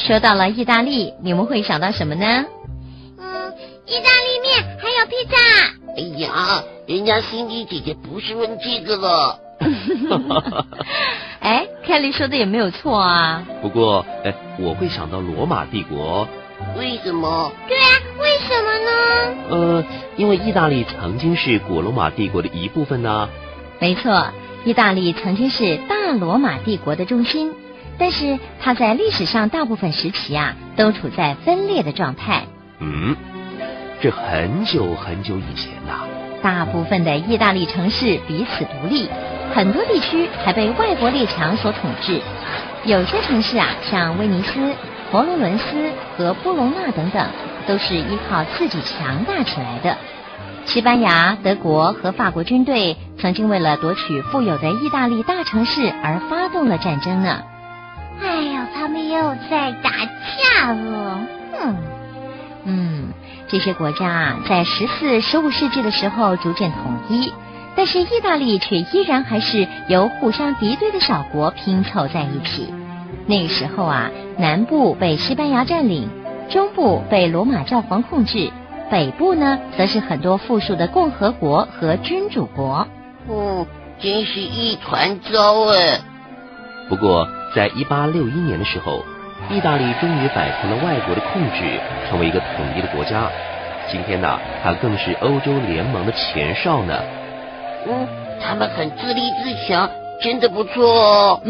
说到了意大利，你们会想到什么呢？ 意大利面还有披萨。 哎呀，人家辛迪姐姐不是问这个了。 哎，Kelly 说的也没有错啊。 不过，我会想到罗马帝国。 为什么？ 对啊，为什么呢？ 因为意大利曾经是古罗马帝国的一部分呢。 没错，意大利曾经是大罗马帝国的中心，但是它在历史上大部分时期啊，都处在分裂的状态。 这很久很久以前呐。 大部分的意大利城市彼此独立，很多地区还被外国列强所统治。有些城市啊，像威尼斯、佛罗伦斯和波隆纳等等，都是依靠自己强大起来的。西班牙、德国和法国军队曾经为了夺取富有的意大利大城市而发动了战争呢。 哎呀，他们又在打架了。 这些国家啊，在14、15世纪的时候逐渐统一，但是意大利却依然还是由互相敌对的小国拼凑在一起。那个时候啊，南部被西班牙占领，中部被罗马教皇控制，北部呢，则是很多附属的共和国和君主国。 真是一团糟哎。 不过，在1861年的时候，意大利终于摆脱了外国的控制，成为一个统一的国家。今天呢，它更是欧洲联盟的前哨呢。 他们很自立自强，真的不错哦。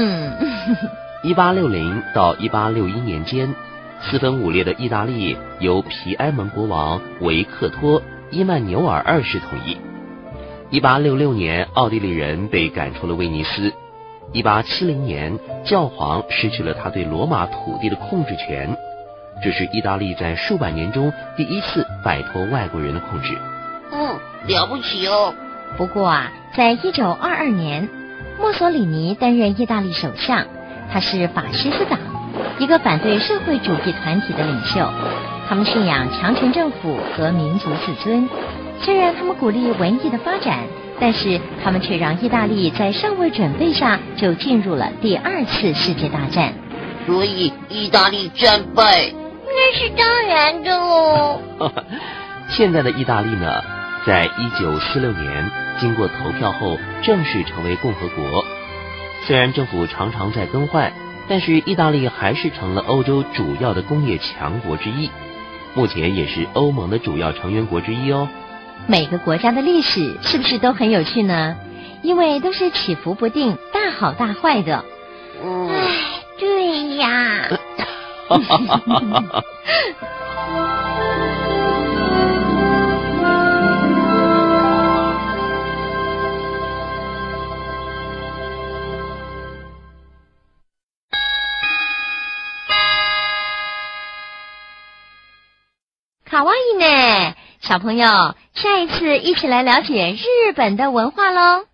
1860到1861年间，4分5裂的意大利由皮埃蒙国王维克托·伊曼纽尔2世统一。1866年，奥地利人被赶出了威尼斯。1870年，教皇失去了他对罗马土地的控制权，这是意大利在数百年中第一次摆脱外国人的控制。 了不起哦。 不过啊，在1922年，墨索里尼担任意大利首相，他是法西斯党，一个反对社会主义团体的领袖。他们信仰强权政府和民族自尊，虽然他们鼓励文艺的发展，但是他们却让意大利在尚未准备下就进入了第2次世界大战。 所以意大利战败， 那是当然的喽。 现在的意大利呢，在1946年经过投票后正式成为共和国。虽然政府常常在更换，但是意大利还是成了欧洲主要的工业强国之一，目前也是欧盟的主要成员国之一哦。 每个国家的历史是不是都很有趣呢？因为都是起伏不定，大好大坏的。 对呀。 卡哇伊呢，小朋友，下一次一起来了解日本的文化喽。